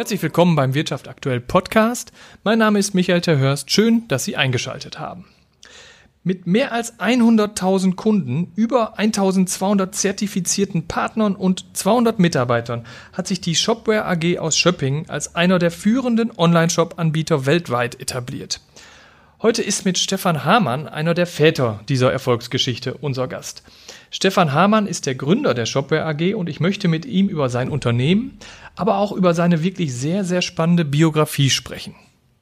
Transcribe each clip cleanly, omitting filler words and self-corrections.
Herzlich willkommen beim Wirtschaft aktuell Podcast. Mein Name ist Michael Terhörst. Schön, dass Sie eingeschaltet haben. Mit mehr als 100.000 Kunden, über 1.200 zertifizierten Partnern und 200 Mitarbeitern hat sich die Shopware AG aus Schöppingen als einer der führenden Online-Shop-Anbieter weltweit etabliert. Heute ist mit Stefan Hamann, einer der Väter dieser Erfolgsgeschichte, unser Gast. Stefan Hamann ist der Gründer der Shopware AG und ich möchte mit ihm über sein Unternehmen, aber auch über seine wirklich sehr, sehr spannende Biografie sprechen.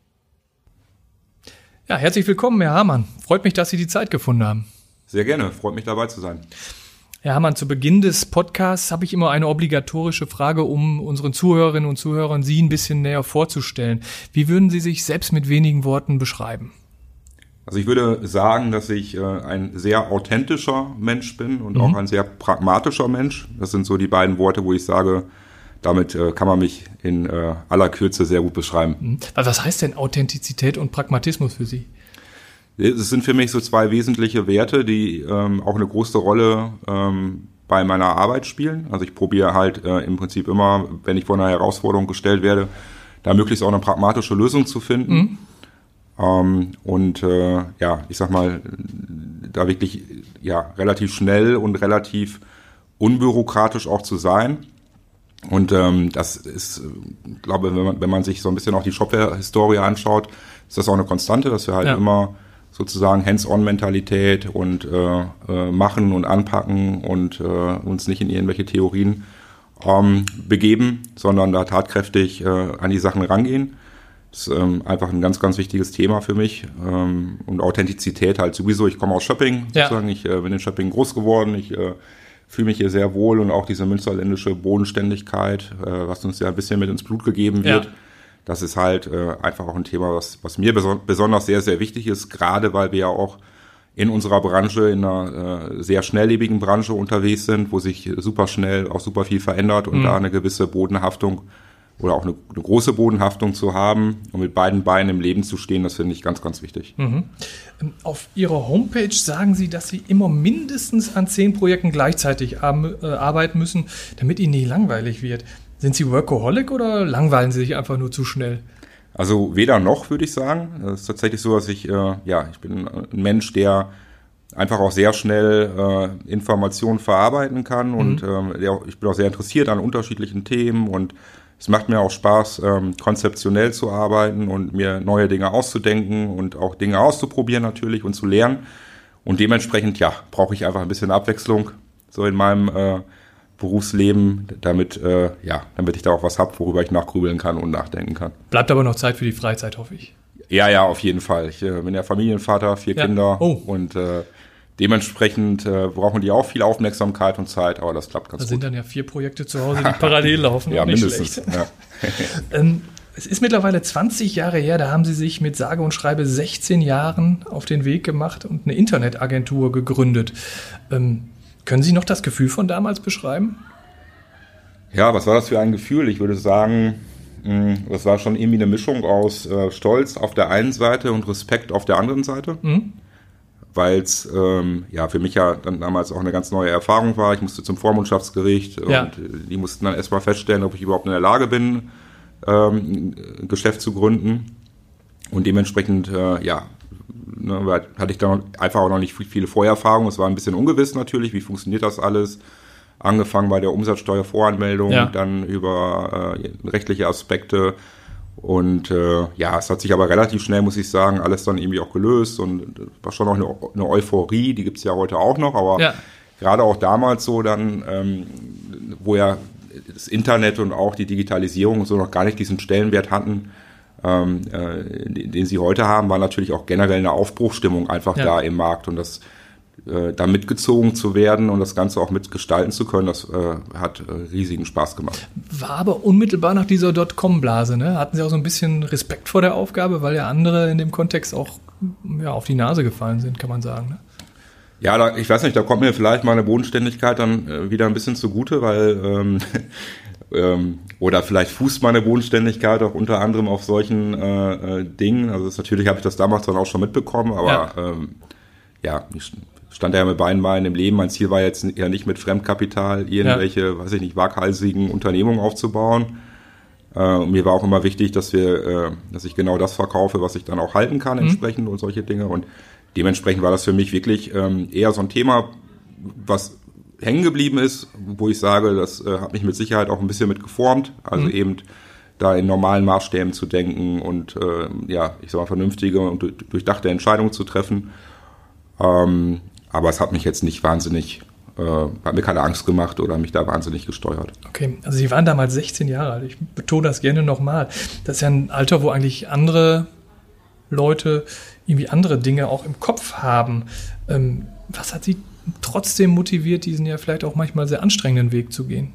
Ja, herzlich willkommen, Herr Hamann. Freut mich, dass Sie die Zeit gefunden haben. Sehr gerne, freut mich dabei zu sein. Herr Hamann, zu Beginn des Podcasts habe ich immer eine obligatorische Frage, um unseren Zuhörerinnen und Zuhörern Sie ein bisschen näher vorzustellen. Wie würden Sie sich selbst mit wenigen Worten beschreiben? Also ich würde sagen, dass ich ein sehr authentischer Mensch bin und auch ein sehr pragmatischer Mensch. Das sind so die beiden Worte, wo ich sage, damit kann man mich in aller Kürze sehr gut beschreiben. Was heißt denn Authentizität und Pragmatismus für Sie? Es sind für mich so zwei wesentliche Werte, die auch eine große Rolle bei meiner Arbeit spielen. Also ich probiere halt im Prinzip immer, wenn ich vor einer Herausforderung gestellt werde, da möglichst auch eine pragmatische Lösung zu finden. Ich sag mal, da wirklich relativ schnell und relativ unbürokratisch auch zu sein. Und das ist, glaube ich, wenn man sich so ein bisschen auch die Shopware-Historie anschaut, ist das auch eine Konstante, dass wir halt immer sozusagen Hands-on-Mentalität und machen und anpacken und uns nicht in irgendwelche Theorien begeben, sondern da tatkräftig an die Sachen rangehen. Das ist einfach ein ganz, ganz wichtiges Thema für mich. Und Authentizität halt sowieso. Ich komme aus Schöppingen, sozusagen. Ich bin in Schöppingen groß geworden. Ich fühle mich hier sehr wohl und auch diese münsterländische Bodenständigkeit, was uns ja ein bisschen mit ins Blut gegeben wird. Ja. Das ist halt einfach auch ein Thema, was mir besonders sehr, sehr wichtig ist, gerade weil wir ja auch in unserer Branche, in einer sehr schnelllebigen Branche unterwegs sind, wo sich super schnell auch super viel verändert und da eine gewisse Bodenhaftung oder auch eine große Bodenhaftung zu haben und mit beiden Beinen im Leben zu stehen, das finde ich ganz, ganz wichtig. Auf Ihrer Homepage sagen Sie, dass Sie immer mindestens an 10 Projekten gleichzeitig arbeiten müssen, damit Ihnen nicht langweilig wird. Sind Sie Workaholic oder langweilen Sie sich einfach nur zu schnell? Also weder noch, würde ich sagen. Es ist tatsächlich so, dass ich bin ein Mensch, der einfach auch sehr schnell Informationen verarbeiten kann und ich bin auch sehr interessiert an unterschiedlichen Themen und es macht mir auch Spaß, konzeptionell zu arbeiten und mir neue Dinge auszudenken und auch Dinge auszuprobieren natürlich und zu lernen. Und dementsprechend, brauche ich einfach ein bisschen Abwechslung so in meinem Berufsleben, damit ich da auch was habe, worüber ich nachgrübeln kann und nachdenken kann. Bleibt aber noch Zeit für die Freizeit, hoffe ich. Ja, auf jeden Fall. Ich bin ja Familienvater, 4 Kinder und dementsprechend brauchen die auch viel Aufmerksamkeit und Zeit, aber das klappt ganz gut. Da sind dann ja 4 Projekte zu Hause, die parallel laufen. Ja, nicht mindestens. Schlecht. Ja. Es ist mittlerweile 20 Jahre her, da haben Sie sich mit sage und schreibe 16 Jahren auf den Weg gemacht und eine Internetagentur gegründet. Können Sie noch das Gefühl von damals beschreiben? Ja, was war das für ein Gefühl? Ich würde sagen, das war schon irgendwie eine Mischung aus Stolz auf der einen Seite und Respekt auf der anderen Seite. Weil es für mich ja dann damals auch eine ganz neue Erfahrung war. Ich musste zum Vormundschaftsgericht und die mussten dann erstmal feststellen, ob ich überhaupt in der Lage bin, ein Geschäft zu gründen. Und dementsprechend hatte ich dann einfach auch noch nicht viele Vorerfahrungen. Es war ein bisschen ungewiss natürlich, wie funktioniert das alles. Angefangen bei der Umsatzsteuervoranmeldung, dann über rechtliche Aspekte. Und es hat sich aber relativ schnell, muss ich sagen, alles dann irgendwie auch gelöst und war schon noch eine Euphorie, die gibt's ja heute auch noch, aber gerade auch damals so dann, wo ja das Internet und auch die Digitalisierung und so noch gar nicht diesen Stellenwert hatten, den sie heute haben, war natürlich auch generell eine Aufbruchsstimmung einfach da im Markt und das da mitgezogen zu werden und das Ganze auch mitgestalten zu können, das hat riesigen Spaß gemacht. War aber unmittelbar nach dieser Dotcom-Blase, ne? Hatten Sie auch so ein bisschen Respekt vor der Aufgabe, weil ja andere in dem Kontext auch auf die Nase gefallen sind, kann man sagen, ne? Ja, ich weiß nicht, da kommt mir vielleicht meine Bodenständigkeit dann wieder ein bisschen zugute, weil oder vielleicht fußt meine Bodenständigkeit auch unter anderem auf solchen Dingen. Also natürlich habe ich das damals dann auch schon mitbekommen, aber ich stand ja mit beiden Beinen im Leben. Mein Ziel war jetzt ja nicht mit Fremdkapital irgendwelche, waghalsigen Unternehmungen aufzubauen. Mir war auch immer wichtig, dass ich genau das verkaufe, was ich dann auch halten kann entsprechend und solche Dinge. Und dementsprechend war das für mich wirklich eher so ein Thema, was hängen geblieben ist, wo ich sage, das hat mich mit Sicherheit auch ein bisschen mit geformt. Also eben da in normalen Maßstäben zu denken und ich sag mal vernünftige und durchdachte Entscheidungen zu treffen. Aber es hat mich jetzt nicht wahnsinnig, hat mir keine Angst gemacht oder mich da wahnsinnig gesteuert. Okay, also Sie waren damals 16 Jahre alt. Ich betone das gerne nochmal. Das ist ja ein Alter, wo eigentlich andere Leute irgendwie andere Dinge auch im Kopf haben. Was hat Sie trotzdem motiviert, diesen ja vielleicht auch manchmal sehr anstrengenden Weg zu gehen?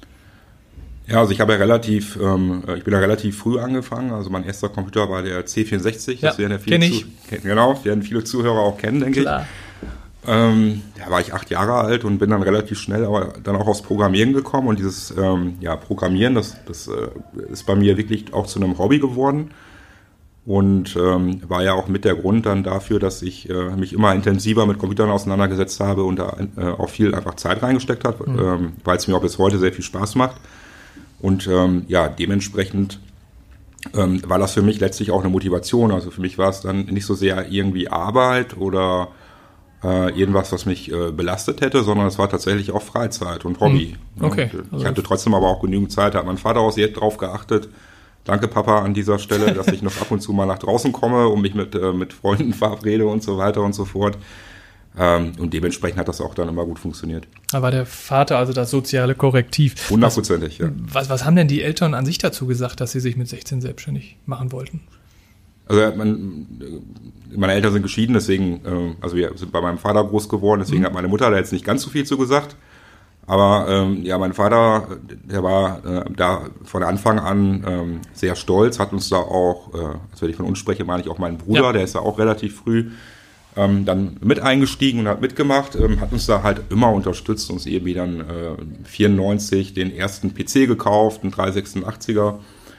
Ja, also ich bin ja relativ früh angefangen. Also mein erster Computer war der C64. Ja, das werden viele Zuhörer auch kennen, denke ich. Da war ich 8 Jahre alt und bin dann relativ schnell aber dann auch aufs Programmieren gekommen. Und dieses Programmieren, das ist bei mir wirklich auch zu einem Hobby geworden. Und war ja auch mit der Grund dann dafür, dass ich mich immer intensiver mit Computern auseinandergesetzt habe und da auch viel einfach Zeit reingesteckt habe, weil es mir auch bis heute sehr viel Spaß macht. Und dementsprechend war das für mich letztlich auch eine Motivation. Also für mich war es dann nicht so sehr irgendwie Arbeit oder irgendwas, was mich belastet hätte, sondern es war tatsächlich auch Freizeit und Hobby. Okay. Und ich hatte trotzdem aber auch genügend Zeit, da hat mein Vater auch sehr drauf geachtet. Danke, Papa, an dieser Stelle, dass ich noch ab und zu mal nach draußen komme und mich mit Freunden verabrede und so weiter und so fort. Und dementsprechend hat das auch dann immer gut funktioniert. Da war der Vater also das soziale Korrektiv. 100%, ja. Was haben denn die Eltern an sich dazu gesagt, dass sie sich mit 16 selbstständig machen wollten? Also meine Eltern sind geschieden, deswegen, also wir sind bei meinem Vater groß geworden, deswegen hat meine Mutter da jetzt nicht ganz so viel zu gesagt. Aber mein Vater, der war da von Anfang an sehr stolz, hat uns da auch, als wenn ich von uns spreche, meine ich auch meinen Bruder, der ist da auch relativ früh dann mit eingestiegen und hat mitgemacht, hat uns da halt immer unterstützt, uns irgendwie dann 94 den ersten PC gekauft, einen 386er,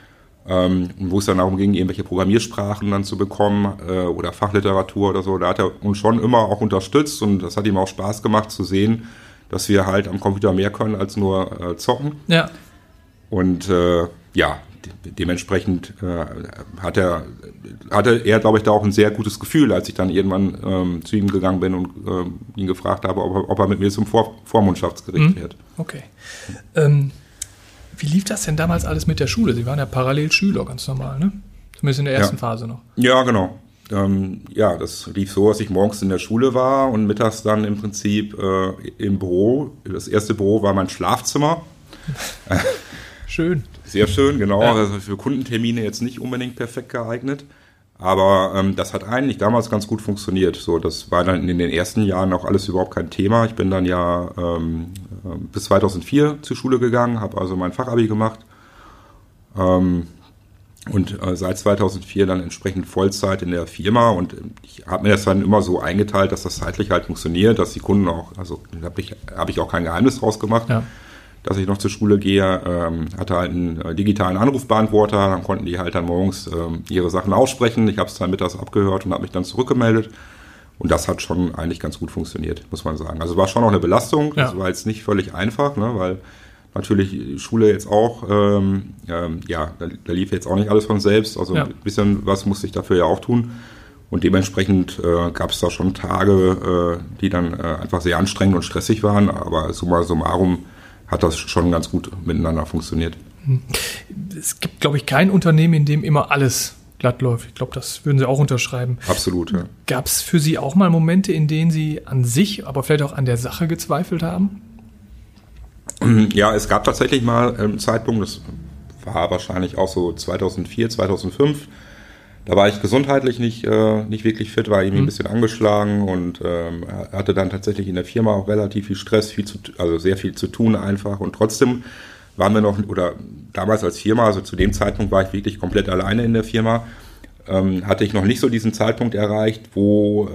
wo es dann darum ging, irgendwelche Programmiersprachen dann zu bekommen oder Fachliteratur oder so. Da hat er uns schon immer auch unterstützt und das hat ihm auch Spaß gemacht zu sehen, dass wir halt am Computer mehr können als nur zocken. Ja. Und dementsprechend hatte er, glaube ich, da auch ein sehr gutes Gefühl, als ich dann irgendwann zu ihm gegangen bin und ihn gefragt habe, ob er mit mir zum Vormundschaftsgericht fährt. Okay. Wie lief das denn damals alles mit der Schule? Sie waren ja parallel Schüler, ganz normal, ne? Zumindest in der ersten Phase noch. Ja, genau. Das lief so, dass ich morgens in der Schule war und mittags dann im Prinzip im Büro. Das erste Büro war mein Schlafzimmer. Schön. Sehr schön, genau. Ja. Also für Kundentermine jetzt nicht unbedingt perfekt geeignet. Aber das hat eigentlich damals ganz gut funktioniert. So, das war dann in den ersten Jahren auch alles überhaupt kein Thema. Ich bin dann bis 2004 zur Schule gegangen, habe also mein Fachabi gemacht. Und seit 2004 dann entsprechend Vollzeit in der Firma und ich habe mir das dann immer so eingeteilt, dass das zeitlich halt funktioniert, dass die Kunden auch, also hab ich auch kein Geheimnis draus gemacht, dass ich noch zur Schule gehe, hatte halt einen digitalen Anrufbeantworter, dann konnten die halt dann morgens ihre Sachen aussprechen, ich habe es dann mittags abgehört und habe mich dann zurückgemeldet und das hat schon eigentlich ganz gut funktioniert, muss man sagen. Also war schon noch eine Belastung, das war jetzt nicht völlig einfach, ne, weil natürlich Schule jetzt auch, da lief jetzt auch nicht alles von selbst, also ein bisschen was musste ich dafür ja auch tun und dementsprechend gab es da schon Tage, die dann einfach sehr anstrengend und stressig waren, aber summa summarum hat das schon ganz gut miteinander funktioniert. Es gibt, glaube ich, kein Unternehmen, in dem immer alles glatt läuft. Ich glaube, das würden Sie auch unterschreiben. Absolut, ja. Gab es für Sie auch mal Momente, in denen Sie an sich, aber vielleicht auch an der Sache gezweifelt haben? Ja, es gab tatsächlich mal einen Zeitpunkt, das war wahrscheinlich auch so 2004, 2005, da war ich gesundheitlich nicht wirklich fit, war irgendwie ein bisschen angeschlagen und hatte dann tatsächlich in der Firma auch relativ viel Stress, sehr viel zu tun einfach und trotzdem waren wir noch, oder damals als Firma, also zu dem Zeitpunkt war ich wirklich komplett alleine in der Firma, hatte ich noch nicht so diesen Zeitpunkt erreicht, wo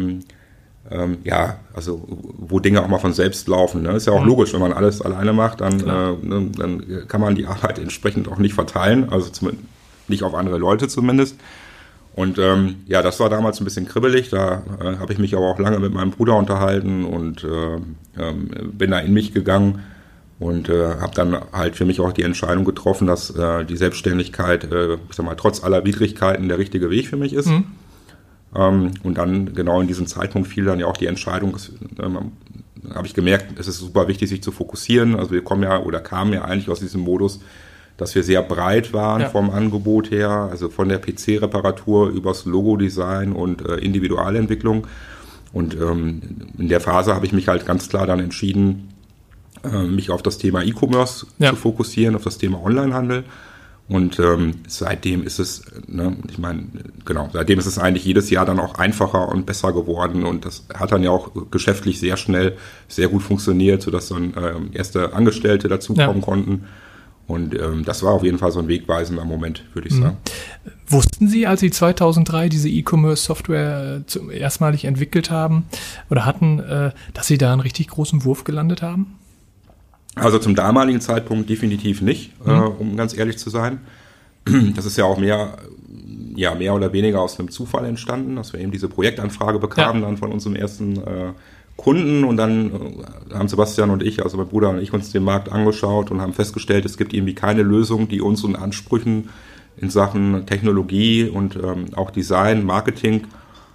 wo Dinge auch mal von selbst laufen. Ne? Ist ja auch logisch, wenn man alles alleine macht, dann kann man die Arbeit entsprechend auch nicht verteilen, also zumindest nicht auf andere Leute zumindest. Und das war damals ein bisschen kribbelig, da habe ich mich aber auch lange mit meinem Bruder unterhalten und bin da in mich gegangen Und habe dann halt für mich auch die Entscheidung getroffen, dass die Selbstständigkeit, ich sag mal, trotz aller Widrigkeiten der richtige Weg für mich ist. Und dann genau in diesem Zeitpunkt fiel dann ja auch die Entscheidung, habe ich gemerkt, es ist super wichtig, sich zu fokussieren. Also wir kamen ja eigentlich aus diesem Modus, dass wir sehr breit waren vom Angebot her, also von der PC-Reparatur übers Logo-Design und Individualentwicklung. Und in der Phase habe ich mich halt ganz klar dann entschieden, mich auf das Thema E-Commerce zu fokussieren, auf das Thema Onlinehandel. Und seitdem ist es, seitdem ist es eigentlich jedes Jahr dann auch einfacher und besser geworden. Und das hat dann ja auch geschäftlich sehr schnell, sehr gut funktioniert, sodass dann erste Angestellte dazukommen konnten. Und das war auf jeden Fall so ein wegweisender Moment, würde ich sagen. Wussten Sie, als Sie 2003 diese E-Commerce-Software erstmalig entwickelt haben oder hatten, dass Sie da einen richtig großen Wurf gelandet haben? Also zum damaligen Zeitpunkt definitiv nicht, um ganz ehrlich zu sein. Das ist ja auch mehr oder weniger aus einem Zufall entstanden, dass wir eben diese Projektanfrage bekamen dann von unserem ersten Kunden, und dann haben Sebastian und ich, also mein Bruder und ich, uns den Markt angeschaut und haben festgestellt, es gibt irgendwie keine Lösung, die unseren Ansprüchen in Sachen Technologie und auch Design, Marketing,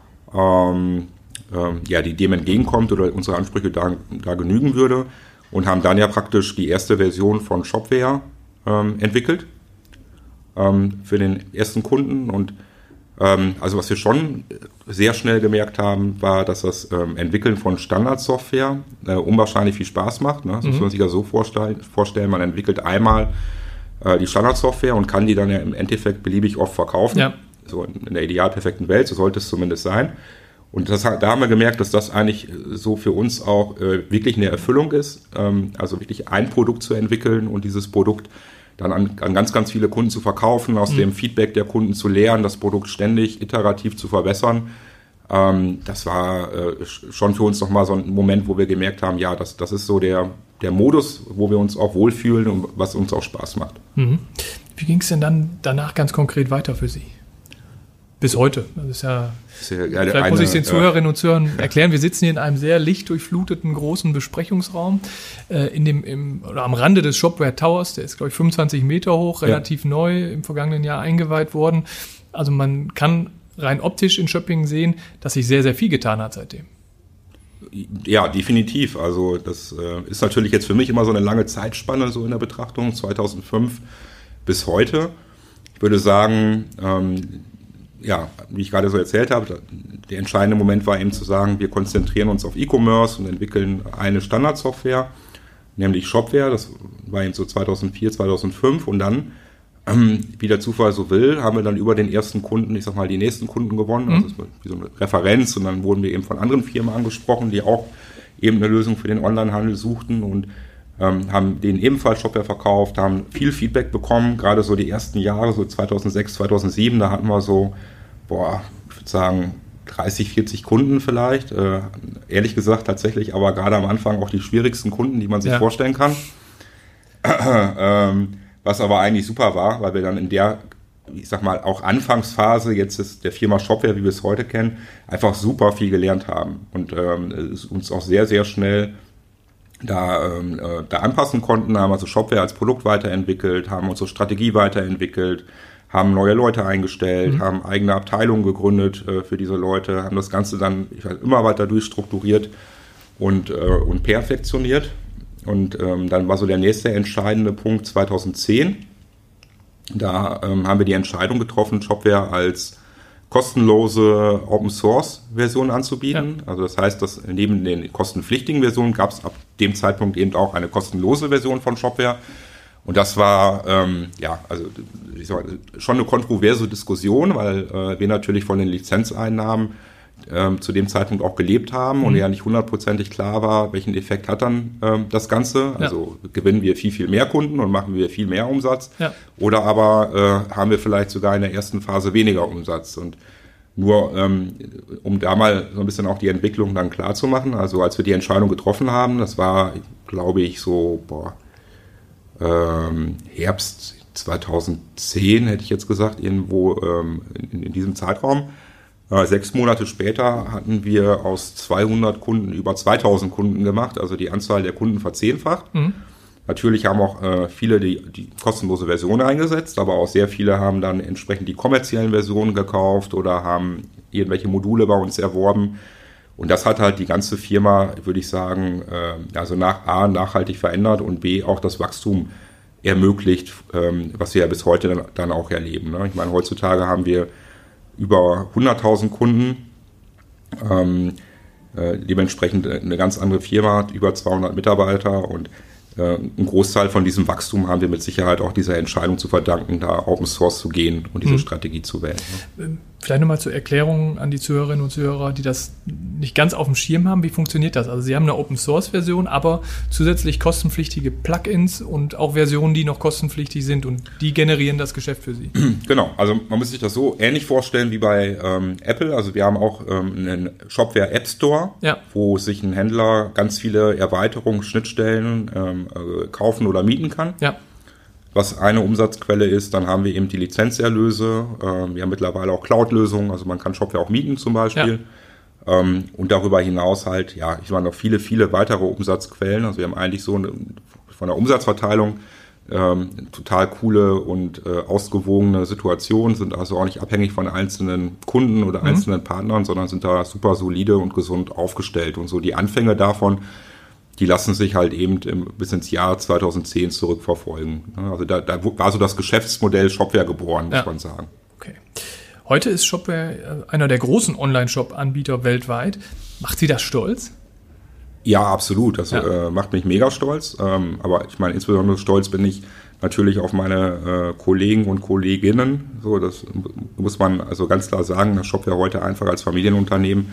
die dem entgegenkommt oder unsere Ansprüche da genügen würde. Und haben dann ja praktisch die erste Version von Shopware entwickelt für den ersten Kunden. Und also was wir schon sehr schnell gemerkt haben, war, dass das Entwickeln von Standardsoftware unwahrscheinlich viel Spaß macht. Ne? Das muss man sich ja so vorstellen, man entwickelt einmal die Standardsoftware und kann die dann ja im Endeffekt beliebig oft verkaufen. Ja. So in der ideal perfekten Welt, so sollte es zumindest sein. Und da haben wir gemerkt, dass das eigentlich so für uns auch wirklich eine Erfüllung ist, also wirklich ein Produkt zu entwickeln und dieses Produkt dann an ganz, ganz viele Kunden zu verkaufen, aus dem Feedback der Kunden zu lernen, das Produkt ständig iterativ zu verbessern. Das war schon für uns nochmal so ein Moment, wo wir gemerkt haben, ja, das ist so der Modus, wo wir uns auch wohlfühlen und was uns auch Spaß macht. Wie ging es denn dann danach ganz konkret weiter für Sie? Bis heute. Das ist ja, vielleicht muss ich es den Zuhörerinnen und Zuhörern erklären. Wir sitzen hier in einem sehr lichtdurchfluteten großen Besprechungsraum am Rande des Shopware Towers. Der ist, glaube ich, 25 Meter hoch, relativ neu, im vergangenen Jahr eingeweiht worden. Also man kann rein optisch in Schöppingen sehen, dass sich sehr, sehr viel getan hat seitdem. Ja, definitiv. Also das ist natürlich jetzt für mich immer so eine lange Zeitspanne so in der Betrachtung, 2005 bis heute. Ich würde sagen, wie ich gerade so erzählt habe, der entscheidende Moment war eben zu sagen, wir konzentrieren uns auf E-Commerce und entwickeln eine Standardsoftware, nämlich Shopware. Das war eben so 2004, 2005. Und dann, wie der Zufall so will, haben wir dann über den ersten Kunden, ich sag mal, die nächsten Kunden gewonnen. Also das war wie so eine Referenz. Und dann wurden wir eben von anderen Firmen angesprochen, die auch eben eine Lösung für den Onlinehandel suchten und haben denen ebenfalls Shopware verkauft, haben viel Feedback bekommen, gerade so die ersten Jahre, so 2006, 2007, da hatten wir so, ich würde sagen, 30, 40 Kunden vielleicht, ehrlich gesagt tatsächlich, aber gerade am Anfang auch die schwierigsten Kunden, die man sich vorstellen kann, was aber eigentlich super war, weil wir dann in der, ich sag mal, auch Anfangsphase jetzt ist der Firma Shopware, wie wir es heute kennen, einfach super viel gelernt haben und uns auch sehr, sehr schnell da anpassen konnten, haben also Shopware als Produkt weiterentwickelt, haben unsere Strategie weiterentwickelt, haben neue Leute eingestellt, haben eigene Abteilungen gegründet für diese Leute, haben das Ganze dann immer weiter durchstrukturiert und perfektioniert. Und dann war so der nächste entscheidende Punkt 2010. Da haben wir die Entscheidung getroffen, Shopware als kostenlose Open-Source-Version anzubieten. Ja. Also das heißt, dass neben den kostenpflichtigen Versionen gab es ab dem Zeitpunkt eben auch eine kostenlose Version von Shopware. Und das war schon eine kontroverse Diskussion, weil wir natürlich von den Lizenzeinnahmen zu dem Zeitpunkt auch gelebt haben und ja nicht hundertprozentig klar war, welchen Effekt hat dann das Ganze. Also gewinnen wir viel, viel mehr Kunden und machen wir viel mehr Umsatz oder aber haben wir vielleicht sogar in der ersten Phase weniger Umsatz. Und nur um da mal so ein bisschen auch die Entwicklung dann klar zu machen, also als wir die Entscheidung getroffen haben, das war, glaube ich, so Herbst 2010, hätte ich jetzt gesagt, irgendwo in diesem Zeitraum. 6 Monate später hatten wir aus 200 Kunden über 2000 Kunden gemacht, also die Anzahl der Kunden verzehnfacht. Natürlich haben auch viele die kostenlose Version eingesetzt, aber auch sehr viele haben dann entsprechend die kommerziellen Versionen gekauft oder haben irgendwelche Module bei uns erworben. Und das hat halt die ganze Firma, würde ich sagen, also nachhaltig verändert und B, auch das Wachstum ermöglicht, was wir ja bis heute dann auch erleben. Ne? Ich meine, heutzutage haben wir über 100.000 Kunden, dementsprechend eine ganz andere Firma, hat über 200 Mitarbeiter und ein Großteil von diesem Wachstum haben wir mit Sicherheit auch dieser Entscheidung zu verdanken, da Open Source zu gehen und diese Strategie zu wählen. Vielleicht nochmal zur Erklärung an die Zuhörerinnen und Zuhörer, die das nicht ganz auf dem Schirm haben. Wie funktioniert das? Also Sie haben eine Open Source Version, aber zusätzlich kostenpflichtige Plugins und auch Versionen, die noch kostenpflichtig sind und die generieren das Geschäft für Sie. Genau, also man muss sich das so ähnlich vorstellen wie bei Apple. Also wir haben auch einen Shopware App Store, wo sich ein Händler ganz viele Erweiterungen, Schnittstellen kaufen oder mieten kann. Ja. Was eine Umsatzquelle ist, dann haben wir eben die Lizenzerlöse. Wir haben mittlerweile auch Cloud-Lösungen, also man kann Shopware auch mieten zum Beispiel. Ja. Und darüber hinaus halt, ja, ich meine noch viele, viele weitere Umsatzquellen. Also wir haben eigentlich so von der Umsatzverteilung total coole und ausgewogene Situation, sind also auch nicht abhängig von einzelnen Kunden oder einzelnen Partnern, sondern sind da super solide und gesund aufgestellt. Und so die Anfänge davon, die lassen sich halt eben bis ins Jahr 2010 zurückverfolgen. Also da war so das Geschäftsmodell Shopware geboren, muss man sagen. Okay. Heute ist Shopware einer der großen Online-Shop-Anbieter weltweit. Macht Sie das stolz? Ja, absolut. Das macht mich mega stolz. Aber ich meine, insbesondere stolz bin ich natürlich auf meine Kollegen und Kolleginnen. So, das muss man also ganz klar sagen, dass Shopware heute einfach als Familienunternehmen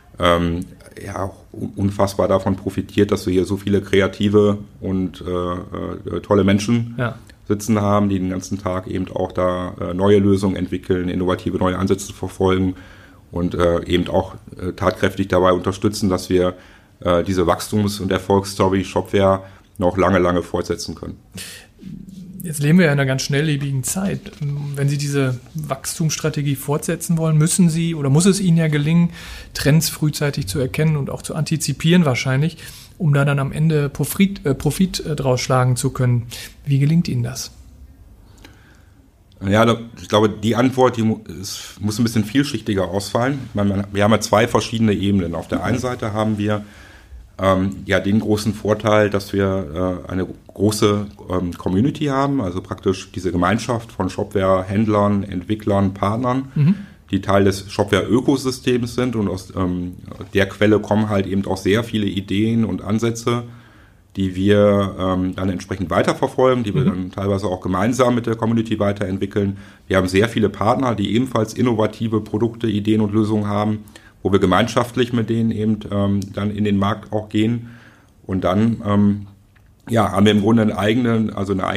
unfassbar davon profitiert, dass wir hier so viele kreative und tolle Menschen sitzen haben, die den ganzen Tag eben auch da neue Lösungen entwickeln, innovative neue Ansätze verfolgen und eben auch tatkräftig dabei unterstützen, dass wir diese Wachstums- und Erfolgsstory Shopware noch lange, lange fortsetzen können. Jetzt leben wir ja in einer ganz schnelllebigen Zeit. Wenn Sie diese Wachstumsstrategie fortsetzen wollen, muss es Ihnen ja gelingen, Trends frühzeitig zu erkennen und auch zu antizipieren wahrscheinlich, um da dann am Ende Profit draus schlagen zu können. Wie gelingt Ihnen das? Ja, ich glaube, die Antwort muss ein bisschen vielschichtiger ausfallen. Wir haben ja zwei verschiedene Ebenen. Auf der einen Seite haben wir den großen Vorteil, dass wir eine große Community haben, also praktisch diese Gemeinschaft von Shopware-Händlern, Entwicklern, Partnern, die Teil des Shopware-Ökosystems sind und aus der Quelle kommen halt eben auch sehr viele Ideen und Ansätze, die wir dann entsprechend weiterverfolgen, die wir dann teilweise auch gemeinsam mit der Community weiterentwickeln. Wir haben sehr viele Partner, die ebenfalls innovative Produkte, Ideen und Lösungen haben, wo wir gemeinschaftlich mit denen eben dann in den Markt auch gehen. Und dann haben wir im Grunde einen eigenen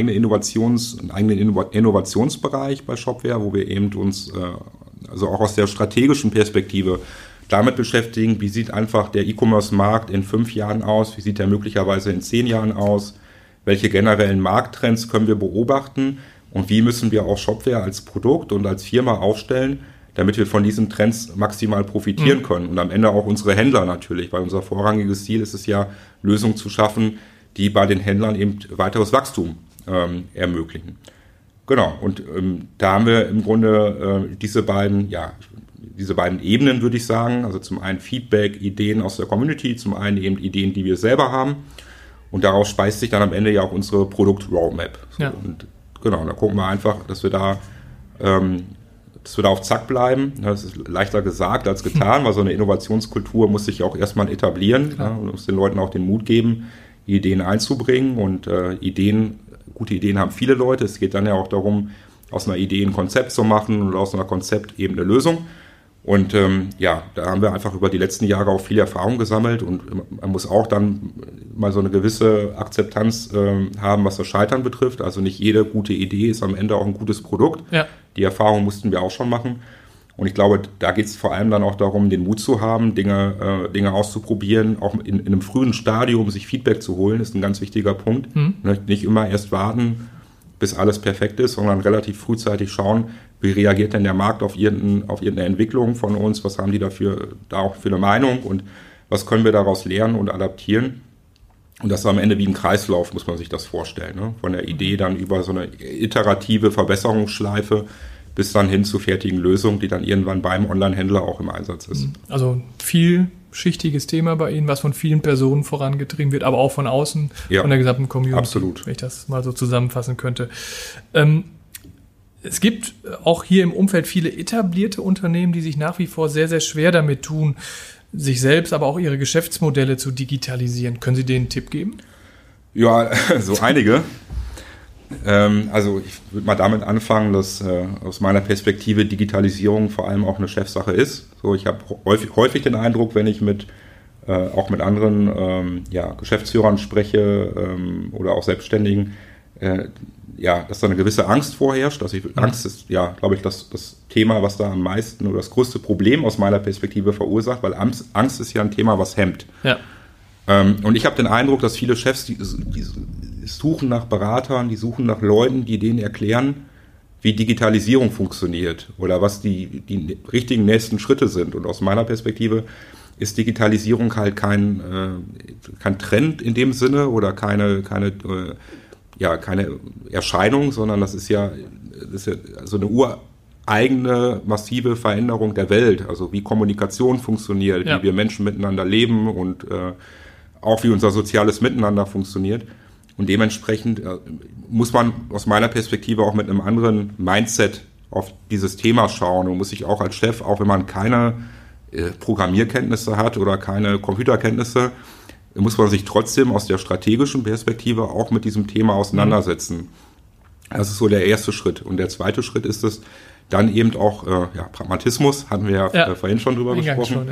Innovationsbereich bei Shopware, wo wir eben uns also auch aus der strategischen Perspektive damit beschäftigen, wie sieht einfach der E-Commerce-Markt in 5 Jahren aus, wie sieht der möglicherweise in 10 Jahren aus, welche generellen Markttrends können wir beobachten und wie müssen wir auch Shopware als Produkt und als Firma aufstellen, damit wir von diesen Trends maximal profitieren können und am Ende auch unsere Händler natürlich, weil unser vorrangiges Ziel ist es ja, Lösungen zu schaffen, die bei den Händlern eben weiteres Wachstum ermöglichen. Genau, und da haben wir im Grunde diese beiden Ebenen, würde ich sagen, also zum einen Feedback, Ideen aus der Community, zum einen eben Ideen, die wir selber haben und daraus speist sich dann am Ende ja auch unsere Produkt-Roadmap. So, und genau, da gucken wir einfach, dass wir da auf Zack bleiben. Das ist leichter gesagt als getan, weil so eine Innovationskultur muss sich auch erstmal etablieren. Ja, und muss den Leuten auch den Mut geben, Ideen einzubringen. Und gute Ideen haben viele Leute. Es geht dann ja auch darum, aus einer Idee ein Konzept zu machen und aus einer Konzept eben eine Lösung. Und da haben wir einfach über die letzten Jahre auch viel Erfahrung gesammelt und man muss auch dann mal so eine gewisse Akzeptanz haben, was das Scheitern betrifft. Also nicht jede gute Idee ist am Ende auch ein gutes Produkt. Ja. Die Erfahrung mussten wir auch schon machen. Und ich glaube, da geht es vor allem dann auch darum, den Mut zu haben, Dinge auszuprobieren, auch in einem frühen Stadium sich Feedback zu holen, ist ein ganz wichtiger Punkt. Nicht immer erst warten, bis alles perfekt ist, sondern relativ frühzeitig schauen, wie reagiert denn der Markt auf irgendeine Entwicklung von uns, was haben die da auch für eine Meinung und was können wir daraus lernen und adaptieren. Und das ist am Ende wie ein Kreislauf, muss man sich das vorstellen. Ne? Von der Idee dann über so eine iterative Verbesserungsschleife bis dann hin zu fertigen Lösungen, die dann irgendwann beim Online-Händler auch im Einsatz ist. Also vielschichtiges Thema bei Ihnen, was von vielen Personen vorangetrieben wird, aber auch von außen, von der gesamten Community. Absolut. Wenn ich das mal so zusammenfassen könnte. Es gibt auch hier im Umfeld viele etablierte Unternehmen, die sich nach wie vor sehr, sehr schwer damit tun, sich selbst, aber auch ihre Geschäftsmodelle zu digitalisieren. Können Sie denen einen Tipp geben? Ja, so einige. Also ich würde mal damit anfangen, dass aus meiner Perspektive Digitalisierung vor allem auch eine Chefsache ist. So, ich habe häufig den Eindruck, wenn ich auch mit anderen Geschäftsführern spreche oder auch Selbstständigen, dass da eine gewisse Angst vorherrscht. Angst ist, glaube ich, das Thema, was da am meisten oder das größte Problem aus meiner Perspektive verursacht, weil Angst ist ja ein Thema, was hemmt. Ja. Und ich habe den Eindruck, dass viele Chefs, die suchen nach Beratern, die suchen nach Leuten, die denen erklären, wie Digitalisierung funktioniert oder was die richtigen nächsten Schritte sind. Und aus meiner Perspektive ist Digitalisierung halt kein Trend in dem Sinne oder keine Erscheinung, sondern das ist ja so eine ureigene, massive Veränderung der Welt. Also wie Kommunikation funktioniert, wie wir Menschen miteinander leben und auch wie unser soziales Miteinander funktioniert. Und dementsprechend muss man aus meiner Perspektive auch mit einem anderen Mindset auf dieses Thema schauen und muss sich auch als Chef, auch wenn man keine Programmierkenntnisse hat oder keine Computerkenntnisse, muss man sich trotzdem aus der strategischen Perspektive auch mit diesem Thema auseinandersetzen. Das ist so der erste Schritt. Und der zweite Schritt ist es dann eben auch Pragmatismus, hatten wir ja vorhin schon drüber gesprochen.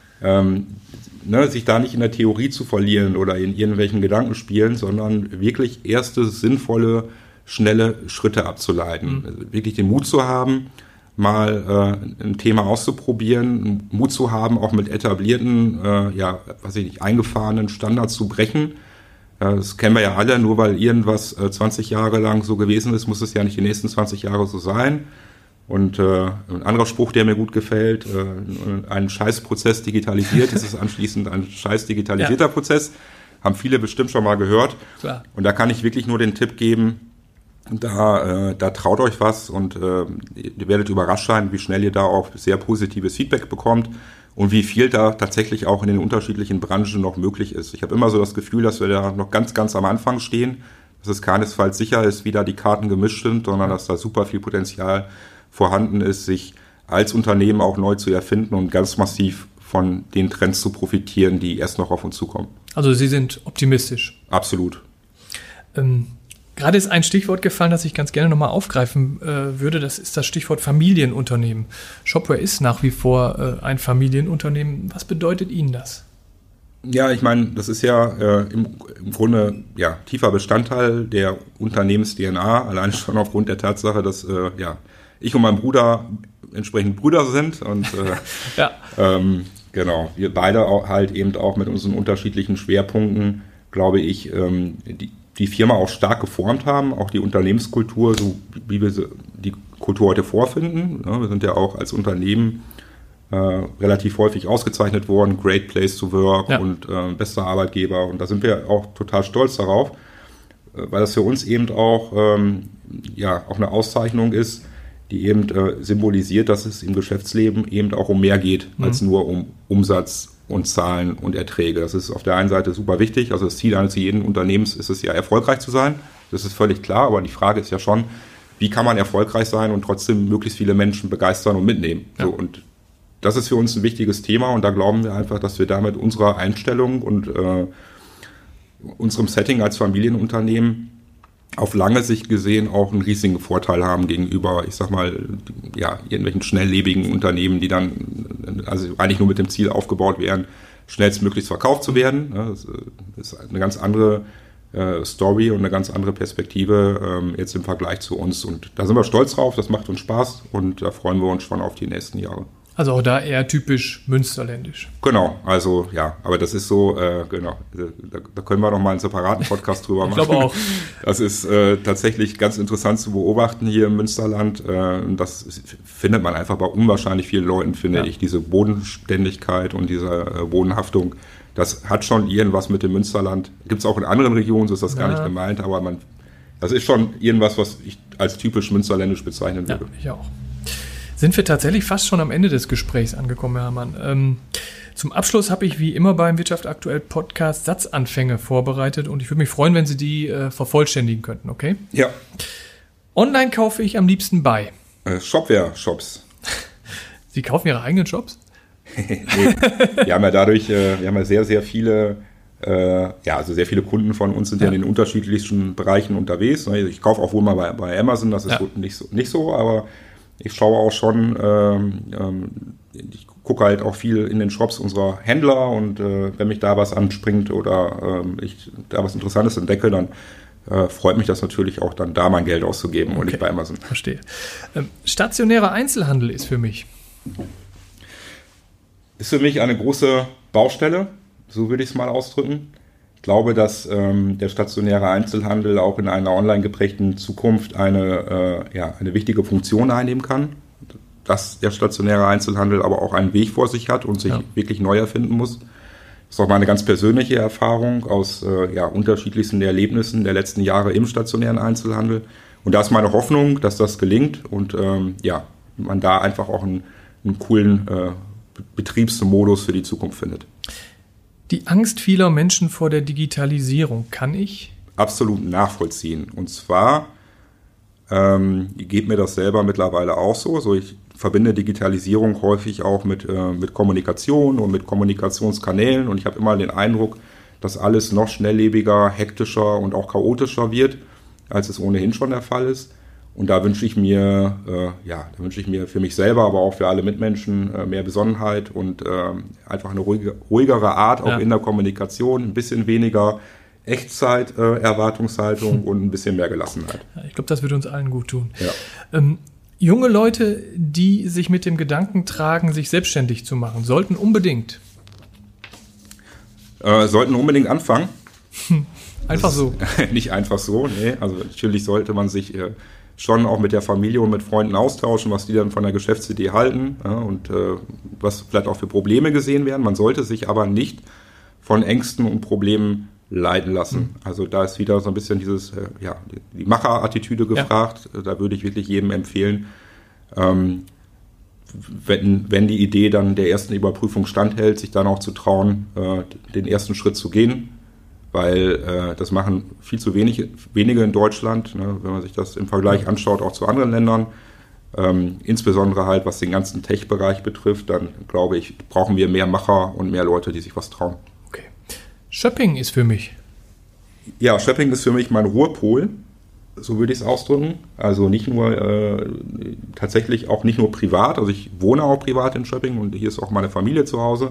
Sich da nicht in der Theorie zu verlieren oder in irgendwelchen Gedankenspielen, sondern wirklich erste sinnvolle, schnelle Schritte abzuleiten. Also wirklich den Mut zu haben, mal ein Thema auszuprobieren, Mut zu haben, auch mit etablierten, eingefahrenen Standards zu brechen. Das kennen wir ja alle, nur weil irgendwas 20 Jahre lang so gewesen ist, muss es ja nicht die nächsten 20 Jahre so sein. Und ein anderer Spruch, der mir gut gefällt, ein Scheißprozess digitalisiert, ist es anschließend ein scheiß digitalisierter Prozess. Haben viele bestimmt schon mal gehört. Klar. Und da kann ich wirklich nur den Tipp geben, da traut euch was und ihr werdet überrascht sein, wie schnell ihr da auch sehr positives Feedback bekommt und wie viel da tatsächlich auch in den unterschiedlichen Branchen noch möglich ist. Ich habe immer so das Gefühl, dass wir da noch ganz, ganz am Anfang stehen, dass es keinesfalls sicher ist, wie da die Karten gemischt sind, sondern dass da super viel Potenzial vorhanden ist, sich als Unternehmen auch neu zu erfinden und ganz massiv von den Trends zu profitieren, die erst noch auf uns zukommen. Also Sie sind optimistisch? Absolut. Gerade ist ein Stichwort gefallen, das ich ganz gerne nochmal aufgreifen würde. Das ist das Stichwort Familienunternehmen. Shopware ist nach wie vor ein Familienunternehmen. Was bedeutet Ihnen das? Ja, ich meine, das ist ja im Grunde tiefer Bestandteil der Unternehmens-DNA, allein schon aufgrund der Tatsache, dass ich und mein Bruder entsprechend Brüder sind und genau, wir beide halt eben auch mit unseren unterschiedlichen Schwerpunkten, glaube ich, die Firma auch stark geformt haben, auch die Unternehmenskultur, so wie wir die Kultur heute vorfinden. Ja, wir sind ja auch als Unternehmen relativ häufig ausgezeichnet worden, Great Place to Work und bester Arbeitgeber. Und da sind wir auch total stolz darauf, weil das für uns eben auch auch eine Auszeichnung ist, die eben symbolisiert, dass es im Geschäftsleben eben auch um mehr geht, als nur um Umsatz und Zahlen und Erträge. Das ist auf der einen Seite super wichtig. Also das Ziel eines jeden Unternehmens ist es ja, erfolgreich zu sein. Das ist völlig klar. Aber die Frage ist ja schon, wie kann man erfolgreich sein und trotzdem möglichst viele Menschen begeistern und mitnehmen? Ja. So, und das ist für uns ein wichtiges Thema. Und da glauben wir einfach, dass wir damit unserer Einstellung und unserem Setting als Familienunternehmen auf lange Sicht gesehen auch einen riesigen Vorteil haben gegenüber, ich sag mal, irgendwelchen schnelllebigen Unternehmen, die dann also eigentlich nur mit dem Ziel aufgebaut werden, schnellstmöglichst verkauft zu werden. Das ist eine ganz andere Story und eine ganz andere Perspektive jetzt im Vergleich zu uns. Und da sind wir stolz drauf, das macht uns Spaß und da freuen wir uns schon auf die nächsten Jahre. Also auch da eher typisch münsterländisch. Genau, also aber das ist so, da können wir noch mal einen separaten Podcast drüber machen. Ich glaube auch. Das ist tatsächlich ganz interessant zu beobachten hier im Münsterland. Das findet man einfach bei unwahrscheinlich vielen Leuten, finde ich, diese Bodenständigkeit und diese Bodenhaftung, das hat schon irgendwas mit dem Münsterland. Gibt es auch in anderen Regionen, so ist das gar nicht gemeint, aber das ist schon irgendwas, was ich als typisch münsterländisch bezeichnen würde. Ja, ich auch. Sind wir tatsächlich fast schon am Ende des Gesprächs angekommen, Herr Hamann. Zum Abschluss habe ich wie immer beim Wirtschaft aktuell Podcast Satzanfänge vorbereitet und ich würde mich freuen, wenn Sie die vervollständigen könnten, okay? Ja. Online kaufe ich am liebsten bei Shopware-Shops. Sie kaufen Ihre eigenen Shops? Nee. Wir haben ja sehr, sehr viele, also sehr viele Kunden von uns sind ja in den unterschiedlichsten Bereichen unterwegs. Ich kaufe auch wohl mal bei Amazon, das ist nicht so, aber ich schaue auch schon, ich gucke halt auch viel in den Shops unserer Händler und wenn mich da was anspringt oder ich da was Interessantes entdecke, dann freut mich das natürlich auch dann da mein Geld auszugeben und nicht bei Amazon. Verstehe. Stationärer Einzelhandel ist für mich eine große Baustelle, so würde ich es mal ausdrücken. Ich glaube, dass der stationäre Einzelhandel auch in einer online geprägten Zukunft eine wichtige Funktion einnehmen kann. Dass der stationäre Einzelhandel aber auch einen Weg vor sich hat und sich wirklich neu erfinden muss. Das ist auch meine ganz persönliche Erfahrung aus unterschiedlichsten Erlebnissen der letzten Jahre im stationären Einzelhandel. Und da ist meine Hoffnung, dass das gelingt und man da einfach auch einen coolen Betriebsmodus für die Zukunft findet. Die Angst vieler Menschen vor der Digitalisierung kann ich absolut nachvollziehen. Und zwar geht mir das selber mittlerweile auch so. Ich verbinde Digitalisierung häufig auch mit Kommunikation und mit Kommunikationskanälen und ich habe immer den Eindruck, dass alles noch schnelllebiger, hektischer und auch chaotischer wird, als es ohnehin schon der Fall ist. Und da wünsche ich mir für mich selber, aber auch für alle Mitmenschen mehr Besonnenheit und einfach eine ruhigere Art auch in der Kommunikation, ein bisschen weniger Echtzeit-Erwartungshaltung und ein bisschen mehr Gelassenheit. Ich glaube, das würde uns allen gut tun. Ja. Junge Leute, die sich mit dem Gedanken tragen, sich selbstständig zu machen, sollten unbedingt anfangen. Einfach so. Nicht einfach so, nee. Also natürlich sollte man sich schon auch mit der Familie und mit Freunden austauschen, was die dann von der Geschäftsidee halten und was vielleicht auch für Probleme gesehen werden. Man sollte sich aber nicht von Ängsten und Problemen leiten lassen. Also da ist wieder so ein bisschen die Macherattitüde gefragt. Ja. Da würde ich wirklich jedem empfehlen, wenn die Idee dann der ersten Überprüfung standhält, sich dann auch zu trauen, den ersten Schritt zu gehen, weil das machen viel zu wenige in Deutschland, ne, wenn man sich das im Vergleich anschaut, auch zu anderen Ländern. Insbesondere halt, was den ganzen Tech-Bereich betrifft, dann glaube ich, brauchen wir mehr Macher und mehr Leute, die sich was trauen. Shopping ist für mich. Ja, Shopping ist für mich mein Ruhepol, so würde ich es ausdrücken. Also nicht nur, tatsächlich auch nicht nur privat, also ich wohne auch privat in Shopping und hier ist auch meine Familie zu Hause.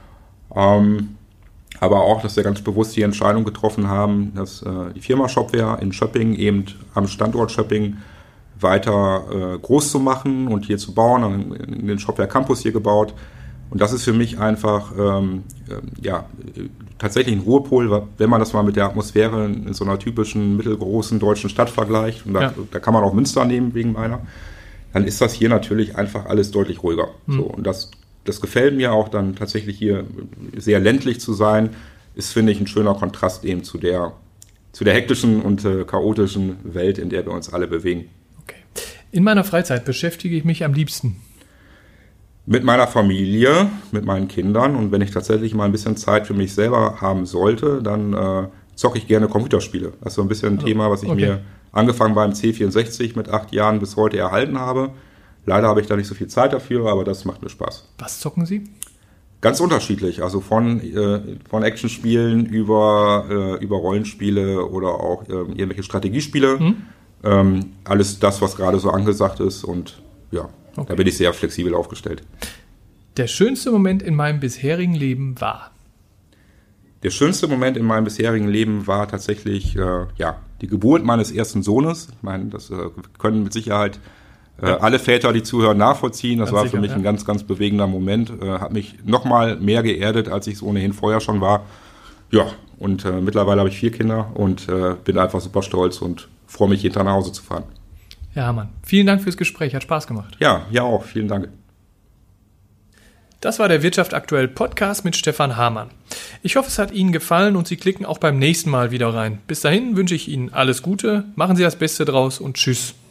Aber auch, dass wir ganz bewusst die Entscheidung getroffen haben, dass die Firma Shopware in Shopping eben am Standort Shopping weiter groß zu machen und hier zu bauen, in den Shopware Campus hier gebaut. Und das ist für mich einfach tatsächlich ein Ruhepol, wenn man das mal mit der Atmosphäre in so einer typischen mittelgroßen deutschen Stadt vergleicht. Und da kann man auch Münster nehmen wegen meiner. Dann ist das hier natürlich einfach alles deutlich ruhiger. So, und das gefällt mir auch dann tatsächlich hier sehr ländlich zu sein, ist, finde ich, ein schöner Kontrast eben zu der hektischen und chaotischen Welt, in der wir uns alle bewegen. Okay. In meiner Freizeit beschäftige ich mich am liebsten mit meiner Familie, mit meinen Kindern und wenn ich tatsächlich mal ein bisschen Zeit für mich selber haben sollte, dann zocke ich gerne Computerspiele. Das ist so ein bisschen ein Thema, was ich mir angefangen beim C64 mit 8 Jahren bis heute erhalten habe. Leider habe ich da nicht so viel Zeit dafür, aber das macht mir Spaß. Was zocken Sie? Ganz unterschiedlich, also von Actionspielen über Rollenspiele oder auch irgendwelche Strategiespiele. Alles das, was gerade so angesagt ist und ja. Okay. Da bin ich sehr flexibel aufgestellt. Der schönste Moment in meinem bisherigen Leben war? Der schönste Moment in meinem bisherigen Leben war tatsächlich die Geburt meines ersten Sohnes. Ich meine, das können mit Sicherheit alle Väter, die zuhören, nachvollziehen. Das war für mich ein ganz, ganz bewegender Moment. Hat mich noch mal mehr geerdet, als ich es ohnehin vorher schon war. Ja, und mittlerweile habe ich 4 Kinder und bin einfach super stolz und freue mich, jeden Tag nach Hause zu fahren. Ja, Mann. Vielen Dank fürs Gespräch. Hat Spaß gemacht. Ja, auch. Vielen Dank. Das war der Wirtschaft aktuell Podcast mit Stefan Hamann. Ich hoffe, es hat Ihnen gefallen und Sie klicken auch beim nächsten Mal wieder rein. Bis dahin wünsche ich Ihnen alles Gute, machen Sie das Beste draus und tschüss.